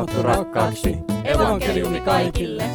Raamattu rakkaaksi. Evankeliumi kaikille.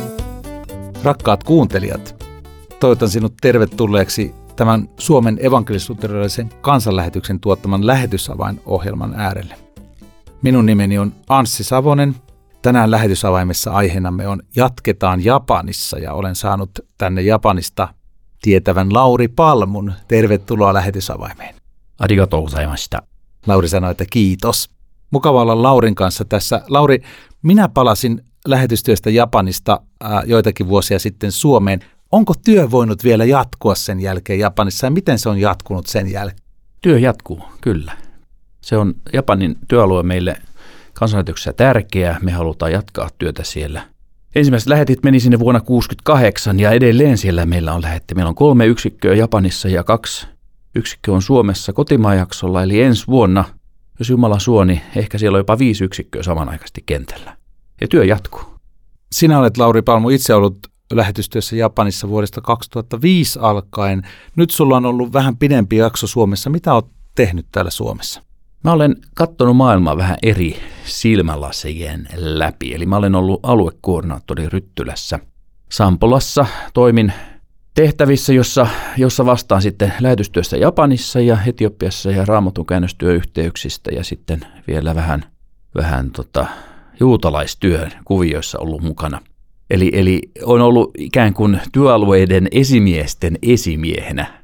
Rakkaat kuuntelijat, toivotan sinut tervetulleeksi tämän Suomen evankelis-luterilaisen kansanlähetyksen tuottaman lähetysavain-ohjelman äärelle. Minun nimeni on Anssi Savonen. Tänään lähetysavaimessa aiheenamme on Jatketaan Japanissa ja olen saanut tänne Japanista tietävän Lauri Palmun. Tervetuloa lähetysavaimeen. Arigatou gozaimashita. Lauri sanoi, että kiitos. Mukava olla Laurin kanssa tässä. Lauri, minä palasin lähetystyöstä Japanista joitakin vuosia sitten Suomeen. Onko työ voinut vielä jatkua sen jälkeen Japanissa ja miten se on jatkunut sen jälkeen? Työ jatkuu, kyllä. Se on Japanin työalue meille kansanlähetyksessä tärkeä. Me halutaan jatkaa työtä siellä. Ensimmäiset lähetit meni sinne vuonna 1968 ja edelleen siellä meillä on lähetti. Meillä on 3 yksikköä Japanissa ja 2 yksikköä on Suomessa kotimaajaksolla. Eli ensi vuonna, jos Jumala suo, niin ehkä siellä on jopa 5 yksikköä samanaikaisesti kentällä. Ja työ jatkuu. Sinä olet, Lauri Palmu, itse ollut lähetystyössä Japanissa vuodesta 2005 alkaen. Nyt sulla on ollut vähän pidempi jakso Suomessa. Mitä olet tehnyt täällä Suomessa? Mä olen katsonut maailmaa vähän eri silmälasien läpi. Eli mä olen ollut aluekoordinaattori Ryttylässä. Sampolassa toimin tehtävissä, jossa vastaan sitten lähetystyössä Japanissa ja Etiopiassa ja Raamatun käännöstyöyhteyksistä ja sitten vielä vähän juutalaistyön kuvioissa ollut mukana. Eli on ollut ikään kuin työalueiden esimiesten esimiehenä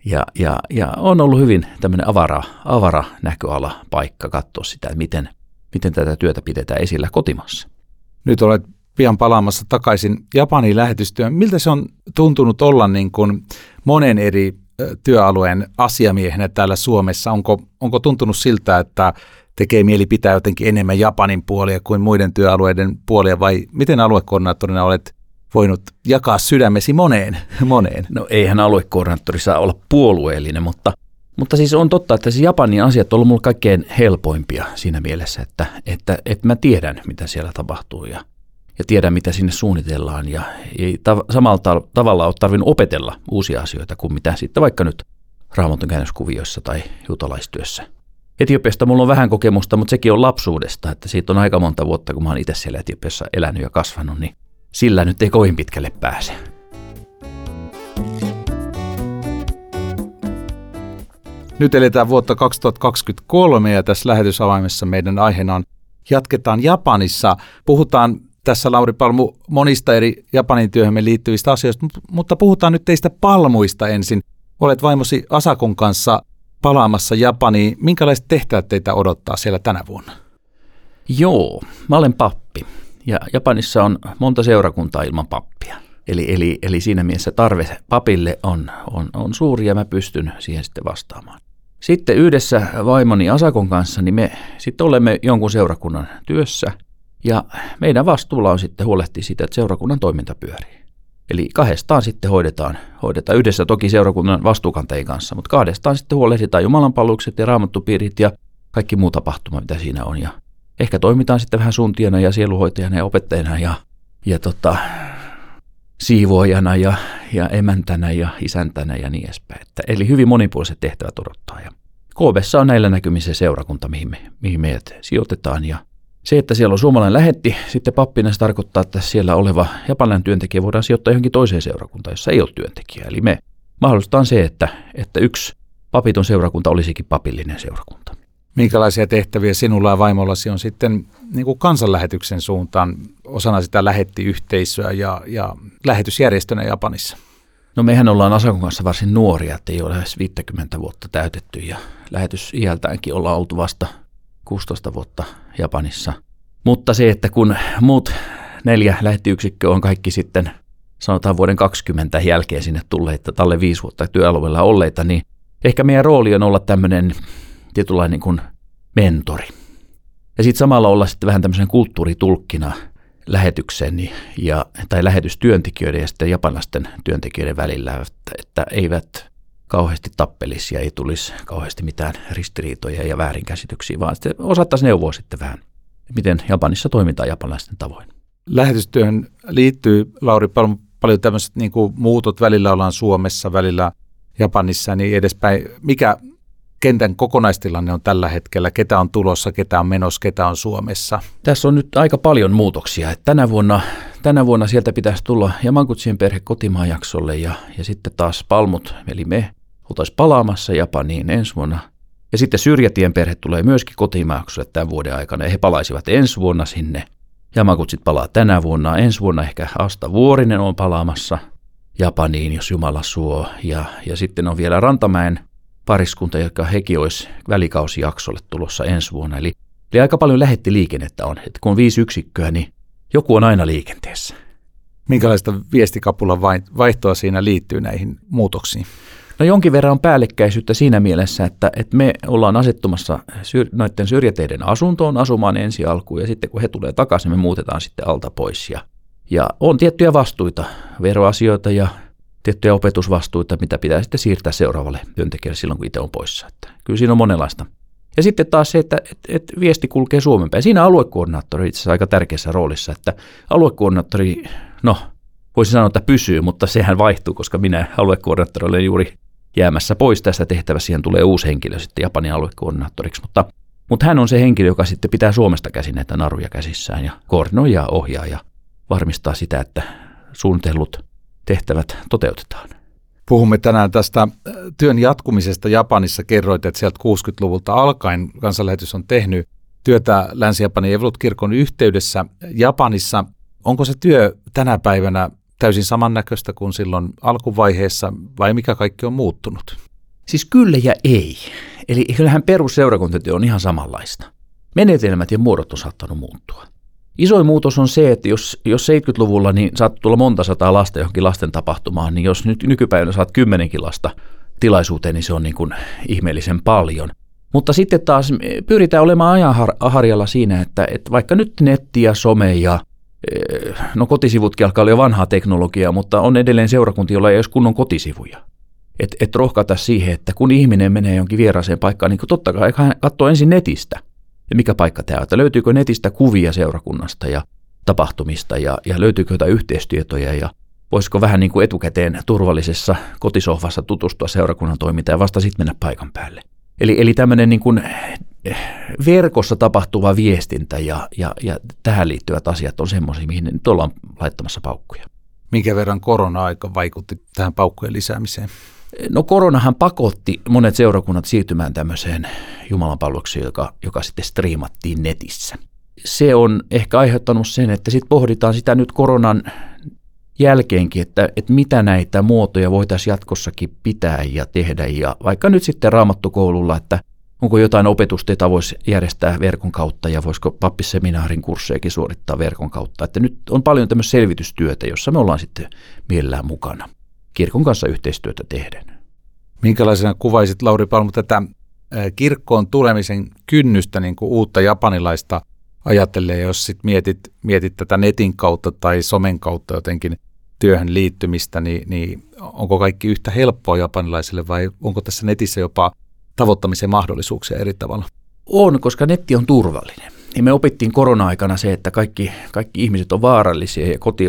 ja on ollut hyvin tämmöinen avara näköala paikka katsoa sitä, miten tätä työtä pidetään esillä kotimaassa. Nyt olet pian palaamassa takaisin Japanin lähetystyöhön. Miltä se on tuntunut olla niin kuin monen eri työalueen asiamiehenä täällä Suomessa? Onko tuntunut siltä, että tekee mieli pitää jotenkin enemmän Japanin puolia kuin muiden työalueiden puolia, vai miten aluekoordinaattorina olet voinut jakaa sydämesi moneen? No eihän aluekoordinaattori saa olla puolueellinen, mutta siis on totta, että siis Japanin asiat on ollut mulle kaikkein helpoimpia siinä mielessä, että mä tiedän, mitä siellä tapahtuu ja tiedän, mitä sinne suunnitellaan ja ei samalla tavalla ole tarvinnut opetella uusia asioita kuin mitä sitten vaikka nyt Raamatun käännöskuvioissa tai juutalaistyössä. Etiopiasta mulla on vähän kokemusta, mutta sekin on lapsuudesta, että siitä on aika monta vuotta, kun mä oon itse siellä Etiopiassa elänyt ja kasvanut, niin sillä nyt ei kovin pitkälle pääse. Nyt eletään vuotta 2023 ja tässä lähetysavaimessa meidän aiheena on Jatketaan Japanissa. Puhutaan tässä, Lauri Palmu, monista eri Japanin työhömme liittyvistä asioista, mutta puhutaan nyt teistä palmuista ensin. Olet vaimosi Asakon kanssa palaamassa Japaniin. Minkälaiset tehtävät teitä odottaa siellä tänä vuonna? Joo, mä olen pappi ja Japanissa on monta seurakuntaa ilman pappia. Eli siinä mielessä tarve papille on suuri ja mä pystyn siihen sitten vastaamaan. Sitten yhdessä vaimoni Asakon kanssa niin me sitten olemme jonkun seurakunnan työssä ja meidän vastuulla on sitten huolehtia siitä, että seurakunnan toiminta pyörii. Eli kahdestaan sitten hoidetaan yhdessä toki seurakunnan vastuukantajien kanssa, mutta kahdestaan sitten huolehditaan jumalanpalvelukset ja raamattupiirit ja kaikki muu tapahtuma, mitä siinä on. Ja ehkä toimitaan sitten vähän suuntijana ja sielunhoitajana ja opettajana ja siivoojana ja emäntänä ja isäntänä ja niin edespäin. Eli hyvin monipuoliset tehtävät odottaa. Ja KB:ssa on näillä näkymin se seurakunta, mihin meidät sijoitetaan. Ja se, että siellä on suomalainen lähetti, sitten pappina se tarkoittaa, että siellä oleva japanilainen työntekijä voidaan sijoittaa johonkin toiseen seurakuntaan, jossa ei ole työntekijää. Eli me mahdollistetaan se, että yksi papiton seurakunta olisikin papillinen seurakunta. Minkälaisia tehtäviä sinulla ja vaimollasi on sitten niin kuin kansanlähetyksen suuntaan osana sitä lähettiyhteisöä ja lähetysjärjestönä Japanissa? No mehän ollaan Asakon kanssa varsin nuoria, että ei ole edes 50 vuotta täytetty ja lähetysiältäänkin ollaan oltu vasta 16 vuotta Japanissa. Mutta se, että kun muut 4 lähettiyksikköä on kaikki sitten sanotaan vuoden 20 jälkeen sinne tulleita, alle 5 vuotta työalueella olleita, niin ehkä meidän rooli on olla tämmöinen tietynlainen niin kuin mentori. Ja sitten samalla olla sitten vähän tämmöisen kulttuuritulkkina lähetyksen tai lähetystyöntekijöiden ja sitten japanilaisten työntekijöiden välillä, että eivät kauheasti tappelisi ja ei tulisi kauheasti mitään ristiriitoja ja väärinkäsityksiä, vaan sitten osattaisiin neuvoa sitten vähän, miten Japanissa toimitaan japanilaisten tavoin. Lähetystyöhön liittyy, Lauri, paljon tämmöiset niin kuin muutot, välillä ollaan Suomessa, välillä Japanissa ja niin edespäin. Mikä kentän kokonaistilanne on tällä hetkellä? Ketä on tulossa, ketä on menossa, ketä on Suomessa? Tässä on nyt aika paljon muutoksia. Että tänä vuonna sieltä pitäisi tulla Yamaguchien perhe kotimaan jaksolle ja sitten taas Palmut, eli me oltaisiin palaamassa Japaniin ensi vuonna. Ja sitten Syrjätien perhe tulee myöskin kotimaan jaksolle tämän vuoden aikana ja he palaisivat ensi vuonna sinne. Yamaguchit palaa tänä vuonna, ensi vuonna ehkä Asta Vuorinen on palaamassa Japaniin, jos Jumala suo. Ja sitten on vielä Rantamäen pariskunta, jotka hekin olisi välikausijaksolle tulossa ensi vuonna. Eli aika paljon lähettiliikennettä on. Että kun on 5 yksikköä, niin joku on aina liikenteessä. Minkälaista viestikapulan vaihtoa siinä liittyy näihin muutoksiin? No jonkin verran on päällekkäisyyttä siinä mielessä, että me ollaan asettumassa noiden syrjäteiden asuntoon asumaan ensi alkuun ja sitten kun he tulee takaisin, me muutetaan sitten alta pois. Ja on tiettyjä vastuita, veroasioita ja tiettyjä opetusvastuita, mitä pitää sitten siirtää seuraavalle työntekijälle silloin, kun itse on poissa. Että kyllä siinä on monenlaista. Ja sitten taas se, että viesti kulkee Suomen päin. Siinä aluekoordinaattori itse asiassa aika tärkeässä roolissa, että aluekoordinaattori, voisin sanoa, että pysyy, mutta sehän vaihtuu, koska minä aluekoordinaattori olen juuri jäämässä pois tästä tehtävästä. Siihen tulee uusi henkilö sitten Japanin aluekoordinaattoriksi, mutta hän on se henkilö, joka sitten pitää Suomesta käsin näitä naruja käsissään ja koordinoi ja ohjaa ja varmistaa sitä, että suunnitellut tehtävät toteutetaan. Puhumme tänään tästä työn jatkumisesta Japanissa. Kerroit, että sieltä 60-luvulta alkaen kansanlähetys on tehnyt työtä Länsi-Japanin Evolut-kirkon yhteydessä Japanissa. Onko se työ tänä päivänä täysin samannäköistä kuin silloin alkuvaiheessa vai mikä kaikki on muuttunut? Siis kyllä ja ei. Eli kyllähän perusseurakuntatyö on ihan samanlaista. Menetelmät ja muodot on saattanut muuttua. Isoin muutos on se, että jos 70-luvulla niin saattoi tulla monta sataa lasta johonkin lasten tapahtumaan, niin jos nyt nykypäivänä saat 10 lasta tilaisuuteen, niin se on niin kuin ihmeellisen paljon. Mutta sitten taas pyritään olemaan ajanharjalla siinä, että vaikka nyt netti ja some ja kotisivutkin alkaa olla jo vanhaa teknologiaa, mutta on edelleen seurakuntia, joilla ei ole kunnon kotisivuja. Et rohkata siihen, että kun ihminen menee jonkin vieraaseen paikkaan, niin totta kai katsoo ensin netistä. Ja mikä paikka tämä on, että löytyykö netistä kuvia seurakunnasta ja tapahtumista ja löytyykö jotain yhteistyötoja ja voisiko vähän niin kuin etukäteen turvallisessa kotisohvassa tutustua seurakunnan toimintaan ja vasta sitten mennä paikan päälle. Eli tämmöinen niin kuin verkossa tapahtuva viestintä ja tähän liittyvät asiat on semmoisia, mihin nyt ollaan laittamassa paukkuja. Minkä verran korona-aika vaikutti tähän paukkujen lisäämiseen? No koronahan pakotti monet seurakunnat siirtymään tämmöiseen jumalanpalvelukseen, joka sitten striimattiin netissä. Se on ehkä aiheuttanut sen, että sitten pohditaan sitä nyt koronan jälkeenkin, että mitä näitä muotoja voitaisiin jatkossakin pitää ja tehdä. Ja vaikka nyt sitten Raamattukoululla, että onko jotain opetusta, jota voisi järjestää verkon kautta ja voisiko pappisseminaarin kurssejakin suorittaa verkon kautta. Että nyt on paljon tämmöistä selvitystyötä, jossa me ollaan sitten mielellään mukana kirkon kanssa yhteistyötä tehden. Minkälaisena kuvaisit, Lauri Palmu, tätä kirkkoon tulemisen kynnystä niin kuin uutta japanilaista ajattelee, jos sit mietit tätä netin kautta tai somen kautta jotenkin työhön liittymistä, niin onko kaikki yhtä helppoa japanilaisille vai onko tässä netissä jopa tavoittamisen mahdollisuuksia eri tavalla? On, koska netti on turvallinen. Ja me opittiin korona-aikana se, että kaikki ihmiset on vaarallisia ja koti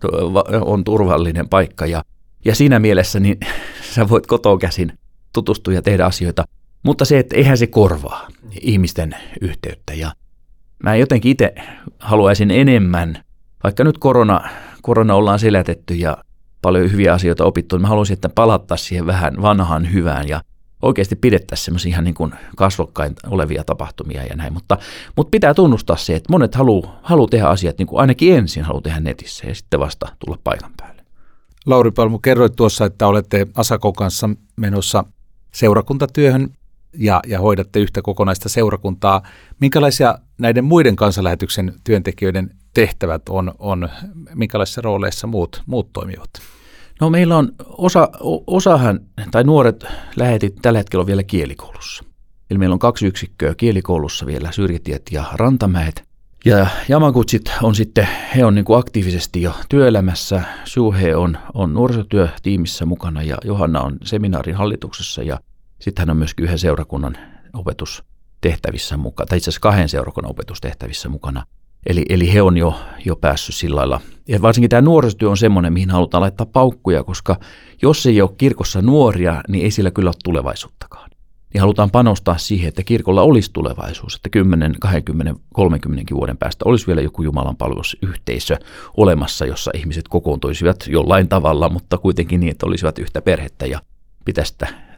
on turvallinen paikka ja siinä mielessä niin sä voit kotoa käsin tutustua ja tehdä asioita, mutta se, että eihän se korvaa ihmisten yhteyttä. Ja mä jotenkin itse haluaisin enemmän, vaikka nyt korona ollaan selätetty ja paljon hyviä asioita opittu, niin mä haluaisin, että palattaisiin siihen vähän vanhaan hyvään ja oikeasti pidettäisiin semmoisia ihan niin kuin kasvokkain olevia tapahtumia ja näin. Mutta pitää tunnustaa se, että monet haluaa tehdä asiat niin kuin ainakin ensin haluaa tehdä netissä ja sitten vasta tulla paikan päälle. Lauri Palmu, kerroit tuossa, että olette Asakon kanssa menossa seurakuntatyöhön ja hoidatte yhtä kokonaista seurakuntaa. Minkälaisia näiden muiden kansanlähetyksen työntekijöiden tehtävät on minkälaisissa rooleissa muut toimivat? No meillä on osahan, tai nuoret lähetit tällä hetkellä on vielä kielikoulussa. Eli meillä on 2 yksikköä kielikoulussa vielä, Syrjätiet ja Rantamäet. Ja Yamaguchit on sitten, he on niin kuin aktiivisesti jo työelämässä. Shuhei on nuorisotyötiimissä mukana ja Johanna on seminaarin hallituksessa ja sitten hän on myöskin yhden seurakunnan opetustehtävissä mukana, tai itse asiassa 2 seurakunnan opetustehtävissä mukana. Eli he on jo päässyt sillä lailla. Ja varsinkin tämä nuorisotyö on semmoinen, mihin halutaan laittaa paukkuja, koska jos ei ole kirkossa nuoria, niin ei sillä kyllä ole tulevaisuuttakaan. niin halutaan panostaa siihen, että kirkolla olisi tulevaisuus, että 10, 20, 30 vuoden päästä olisi vielä joku jumalanpalvelusyhteisö olemassa, jossa ihmiset kokoontuisivat jollain tavalla, mutta kuitenkin niin, että olisivat yhtä perhettä ja pitäisi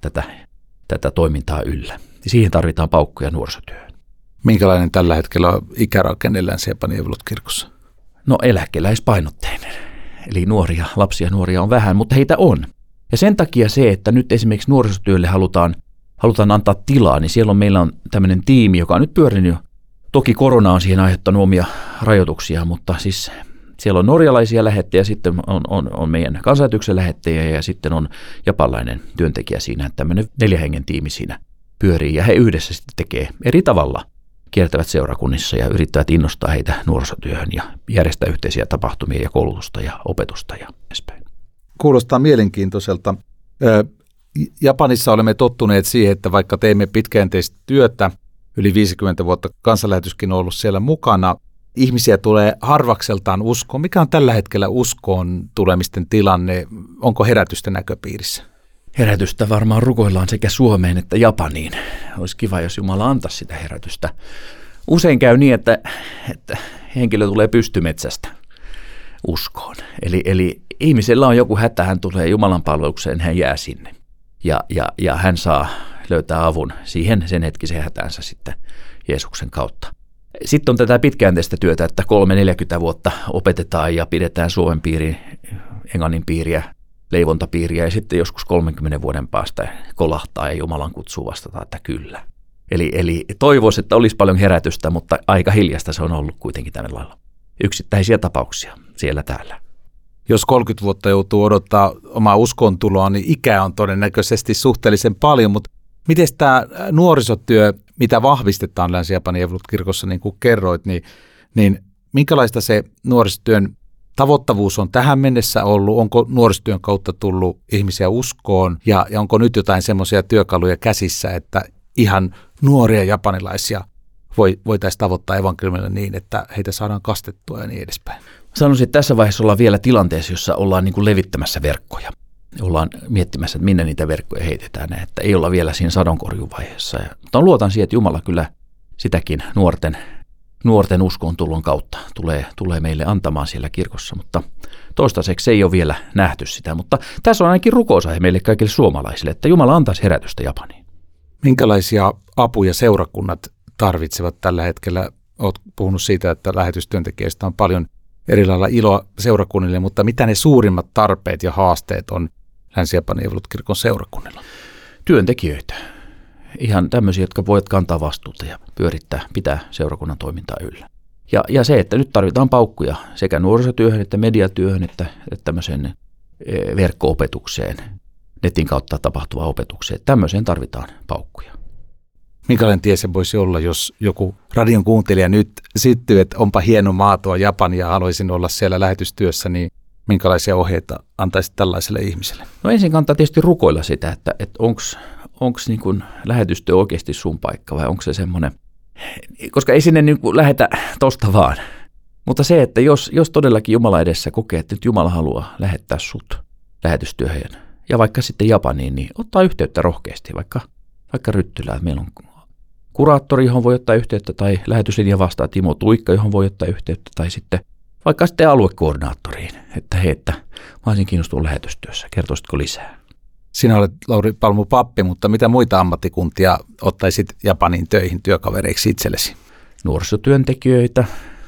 tätä toimintaa yllä. Ja siihen tarvitaan paukkuja nuorisotyöhön. Minkälainen tällä hetkellä on ikärakenne Länsi-Japanin evankelisluterilainen-kirkossa? No eläkeläispainotteinen. Eli lapsia nuoria on vähän, mutta heitä on. Ja sen takia se, että nyt esimerkiksi nuorisotyölle halutaan antaa tilaa, niin siellä meillä on tämmöinen tiimi, joka on nyt pyörinyt jo. Toki korona on siihen aiheuttanut omia rajoituksia, mutta siis siellä on norjalaisia lähettejä, sitten on meidän kansanlähetyksen lähettejä ja sitten on japanilainen työntekijä siinä, tämmöinen 4 hengen tiimi siinä pyörii ja he yhdessä sitten tekee eri tavalla. Kiertävät seurakunnissa ja yrittävät innostaa heitä nuorisotyöhön ja järjestää yhteisiä tapahtumia ja koulutusta ja opetusta ja edespäin. Kuulostaa mielenkiintoiselta. Japanissa olemme tottuneet siihen, että vaikka teemme pitkäjänteistä työtä, yli 50 vuotta kansanlähetyskin on ollut siellä mukana, ihmisiä tulee harvakseltaan uskoon. Mikä on tällä hetkellä uskoon tulemisten tilanne? Onko herätystä näköpiirissä? Herätystä varmaan rukoillaan sekä Suomeen että Japaniin. Olisi kiva, jos Jumala antaisi sitä herätystä. Usein käy niin, että henkilö tulee pystymetsästä uskoon. Eli ihmisellä on joku hätä, hän tulee Jumalan palvelukseen, hän jää sinne. Ja hän saa löytää avun siihen sen hetkisen hätänsä sitten Jeesuksen kautta. Sitten on tätä pitkäjänteistä työtä, että 30-40 vuotta opetetaan ja pidetään Suomen piiriin, Englannin piiriä, leivontapiiriä ja sitten joskus 30 vuoden päästä kolahtaa ja Jumalan kutsuu vastataan, että kyllä. Eli toivoisi, että olisi paljon herätystä, mutta aika hiljasta se on ollut kuitenkin tällä lailla. Yksittäisiä tapauksia siellä täällä. Jos 30 vuotta joutuu odottaa omaa uskontuloa, niin ikää on todennäköisesti suhteellisen paljon, mutta miten tämä nuorisotyö, mitä vahvistetaan Länsi-Japanin evankelisluterilainen-kirkossa, niin kuin kerroit, niin minkälaista se nuorisotyön tavoittavuus on tähän mennessä ollut? Onko nuorisotyön kautta tullut ihmisiä uskoon ja onko nyt jotain semmoisia työkaluja käsissä, että ihan nuoria japanilaisia voitaisiin tavoittaa evankeliumille niin, että heitä saadaan kastettua ja niin edespäin? Sanoisin, että tässä vaiheessa ollaan vielä tilanteessa, jossa ollaan niin kuin levittämässä verkkoja. Ollaan miettimässä, että minne niitä verkkoja heitetään, että ei olla vielä siinä sadonkorjuvaiheessa. Mutta luotan siihen, että Jumala kyllä sitäkin nuorten uskon tulon kautta tulee meille antamaan siellä kirkossa, mutta toistaiseksi ei ole vielä nähty sitä. Mutta tässä on ainakin rukousaihe meille kaikille suomalaisille, että Jumala antaisi herätystä Japaniin. Minkälaisia apuja seurakunnat tarvitsevat tällä hetkellä? Olet puhunut siitä, että lähetystyöntekijöistä on paljon eri lailla iloa seurakunnille, mutta mitä ne suurimmat tarpeet ja haasteet on Länsi-Japanin evankelisluterilainen-kirkon seurakunnilla? Työntekijöitä. Ihan tämmöisiä, jotka voivat kantaa vastuuta ja pitää seurakunnan toimintaa yllä. Ja se, että nyt tarvitaan paukkuja sekä nuorisotyöhön että mediatyöhön että tämmöiseen verkko-opetukseen, netin kautta tapahtuvaan opetukseen. Tämmöiseen tarvitaan paukkuja. Minkälainen tie se voisi olla, jos joku radion kuuntelija nyt syttyy, että onpa hieno maa tuo Japani ja haluaisin olla siellä lähetystyössä, niin minkälaisia ohjeita antaisit tällaiselle ihmiselle? No ensin kannattaa tietysti rukoilla sitä, että onko niin kuin lähetystyö oikeasti sun paikka vai onko se semmoinen, koska ei sinne niin kuin lähetä tosta vaan. Mutta se, että jos todellakin Jumala edessä kokee, että nyt Jumala haluaa lähettää sut lähetystyöhön ja vaikka sitten Japaniin, niin ottaa yhteyttä rohkeasti, vaikka Ryttylään. Meillä on kuraattori, johon voi ottaa yhteyttä, tai lähetyslinja vastaa Timo Tuikka, johon voi ottaa yhteyttä, tai sitten vaikka sitten aluekoordinaattoriin, että hei, että mä olisin kiinnostunut lähetystyössä. Kertoisitko lisää? Sinä olet Lauri Palmu pappi, mutta mitä muita ammattikuntia ottaisit Japaniin töihin työkavereiksi itsellesi? Nuorisotyöntekijöitä,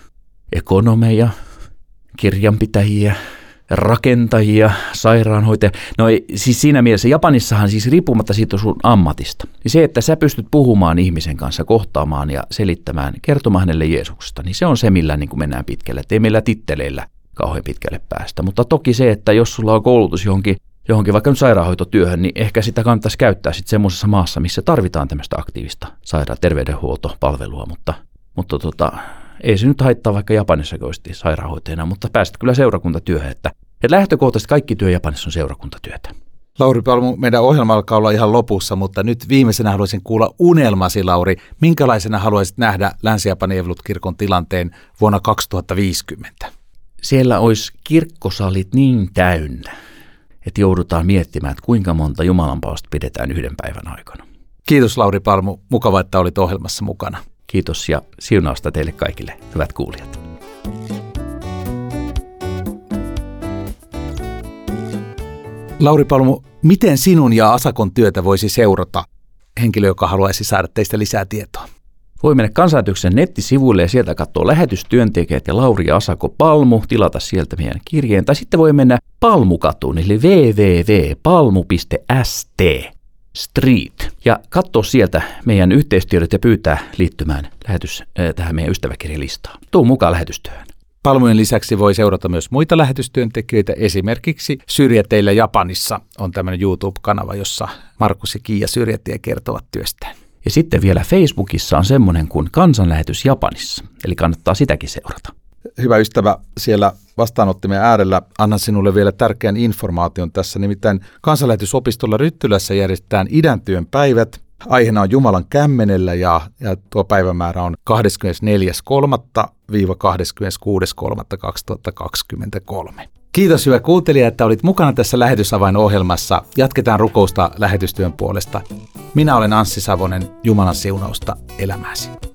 ekonomeja, kirjanpitäjiä, rakentajia, sairaanhoitajia. No siis siinä mielessä Japanissahan siis riippumatta siitä sun ammatista, niin se, että sä pystyt puhumaan ihmisen kanssa, kohtaamaan ja selittämään, kertomaan hänelle Jeesuksesta, niin se on se, millä niin kuin mennään pitkälle. Et ei meillä titteleillä kauhean pitkälle päästä. Mutta toki se, että jos sulla on koulutus johonkin vaikka nyt sairaanhoitotyöhön, niin ehkä sitä kannattaisi käyttää sitten semmoisessa maassa, missä tarvitaan tämmöistä aktiivista terveydenhuoltopalvelua, mutta ei se nyt haittaa vaikka Japanissa oikeasti sairaanhoitajana, mutta pääset kyllä seurakuntatyöhön, että lähtökohtaisesti kaikki työ Japanissa on seurakuntatyötä. Lauri Palmu, meidän ohjelma alkaa olla ihan lopussa, mutta nyt viimeisenä haluaisin kuulla unelmasi, Lauri. Minkälaisena haluaisit nähdä Länsi-Japanin evankelisluterilainen-kirkon tilanteen vuonna 2050? Siellä olisi kirkkosalit niin täynnä, että joudutaan miettimään, että kuinka monta jumalanpalvelusta pidetään yhden päivän aikana. Kiitos Lauri Palmu, mukava, että olit ohjelmassa mukana. Kiitos ja siunausta teille kaikille, hyvät kuulijat. Lauri Palmu, miten sinun ja Asakon työtä voisi seurata henkilö, joka haluaisi saada teistä lisää tietoa? Voi mennä Kansanlähetyksen nettisivuille ja sieltä katsoa lähetystyöntekijät ja Lauri ja Asako Palmu, tilata sieltä meidän kirjeen. Tai sitten voi mennä Palmukatuun, eli www.palmu.st street ja katsoa sieltä meidän yhteistyöt ja pyytää liittymään tähän meidän ystäväkirjalistaan. Tuu mukaan lähetystyöhön. Palmujen lisäksi voi seurata myös muita lähetystyöntekijöitä, esimerkiksi Syrjäteillä Japanissa on tämmöinen YouTube-kanava, jossa Markus ja Kiia Syrjätie kertovat työstään. Ja sitten vielä Facebookissa on semmoinen kuin Kansanlähetys Japanissa, eli kannattaa sitäkin seurata. Hyvä ystävä, siellä vastaanottimen äärellä annan sinulle vielä tärkeän informaation tässä, nimittäin Kansanlähetysopistolla Ryttylässä järjestetään idäntyön päivät. Aiheena on Jumalan kämmenellä ja tuo päivämäärä on 24.3.–26.3.2023. Kiitos hyvä kuuntelija, että olit mukana tässä Lähetysavain-ohjelmassa. Jatketaan rukousta lähetystyön puolesta. Minä olen Anssi Savonen, Jumalan siunausta elämääsi.